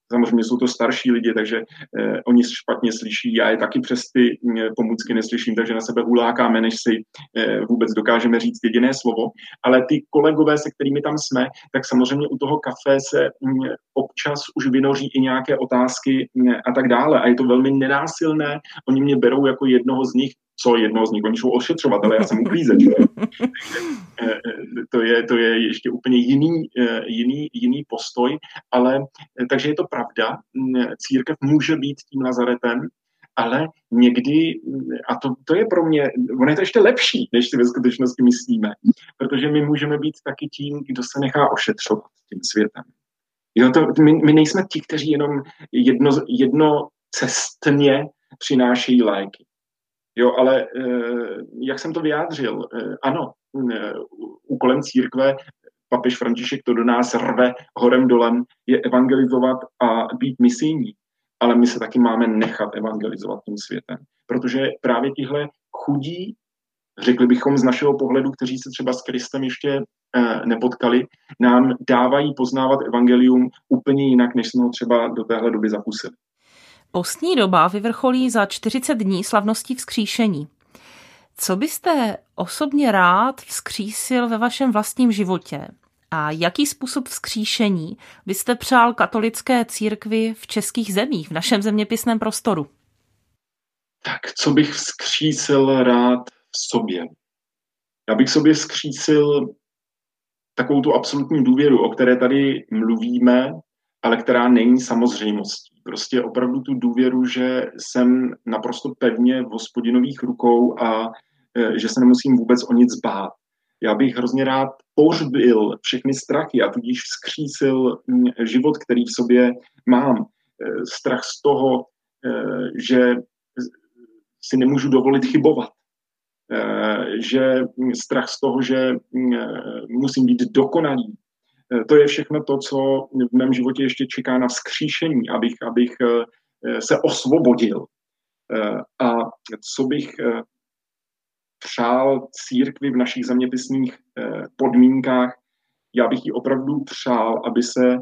samozřejmě jsou to starší lidi, takže eh, oni špatně slyší, já je taky přes ty eh, pomůcky neslyším, takže na sebe hulákáme, než si eh, vůbec dokážeme říct jediné slovo, ale ty kolegové, se kterými tam jsme, tak samozřejmě u toho kafe se hm, občas už vynoří i nějaké otázky hm, a tak dále a je to velmi nenásilné, oni mě berou jako jednoho z nich, co jednoho z nich, oni jsou ošetřovatelé, já jsem uklízeč. To je, to je ještě úplně jiný, jiný, jiný postoj, ale takže je to pravda, církev může být tím Nazaretem, ale někdy, a to, to je pro mě, ono je to ještě lepší, než si ve skutečnosti myslíme, protože my můžeme být taky tím, kdo se nechá ošetřovat tím světem. Jo, to, my, my nejsme ti, kteří jenom jedno, jednocestně přinášejí léky. Jo, ale jak jsem to vyjádřil, ano, úkolem církve, papež František to do nás rve horem dolem, je evangelizovat a být misijní, ale my se taky máme nechat evangelizovat tím světem, protože právě tihle chudí, řekli bychom z našeho pohledu, kteří se třeba s Kristem ještě nepotkali, nám dávají poznávat evangelium úplně jinak, než jsme ho třeba do téhle doby zakusili. Postní doba vyvrcholí za čtyřicet dní slavností vzkříšení. Co byste osobně rád vzkřísil ve vašem vlastním životě? A jaký způsob vzkříšení byste přál katolické církvi v českých zemích, v našem zeměpisném prostoru? Tak, co bych vzkřísil rád v sobě? Já bych sobě vzkřísil takovou tu absolutní důvěru, o které tady mluvíme, ale která není samozřejmostí. Prostě opravdu tu důvěru, že jsem naprosto pevně v Hospodinových rukou a e, že se nemusím vůbec o nic bát. Já bych hrozně rád pohřbil všechny strachy a tudíž vzkřísil m, život, který v sobě mám. E, strach z toho, e, že si nemůžu dovolit chybovat. E, že strach z toho, že m, musím být dokonalý. To je všechno to, co v mém životě ještě čeká na vzkříšení, abych, abych se osvobodil. A co bych přál církvi v našich zeměpisných podmínkách, já bych jí opravdu přál, aby se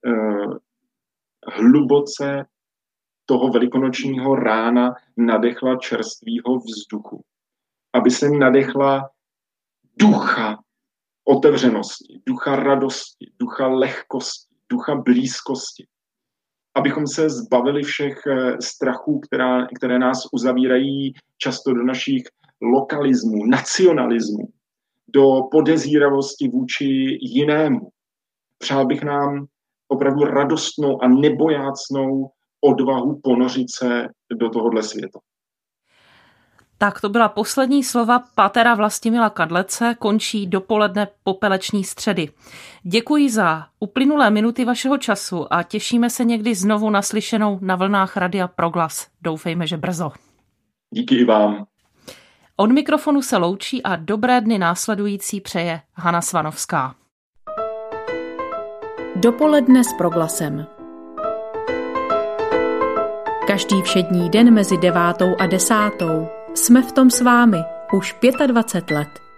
hluboce toho velikonočního rána nadechla čerstvýho vzduchu. Aby se nadechla ducha otevřenosti, ducha radosti, ducha lehkosti, ducha blízkosti. Abychom se zbavili všech strachů, která, které nás uzavírají často do našich lokalismů, nacionalismů, do podezíravosti vůči jinému. Přál bych nám opravdu radostnou a nebojácnou odvahu ponořit se do tohohle světa. Tak to byla poslední slova pátera Vlastimila Kadlece, končí dopoledne popeleční středy. Děkuji za uplynulé minuty vašeho času a těšíme se někdy znovu naslyšenou na vlnách Radia Proglas. Doufejme, že brzo. Díky i vám. Od mikrofonu se loučí a dobré dny následující přeje Hana Svanovská. Dopoledne s Proglasem. Každý všední den mezi devátou a desátou jsme v tom s vámi už dvacet pět let.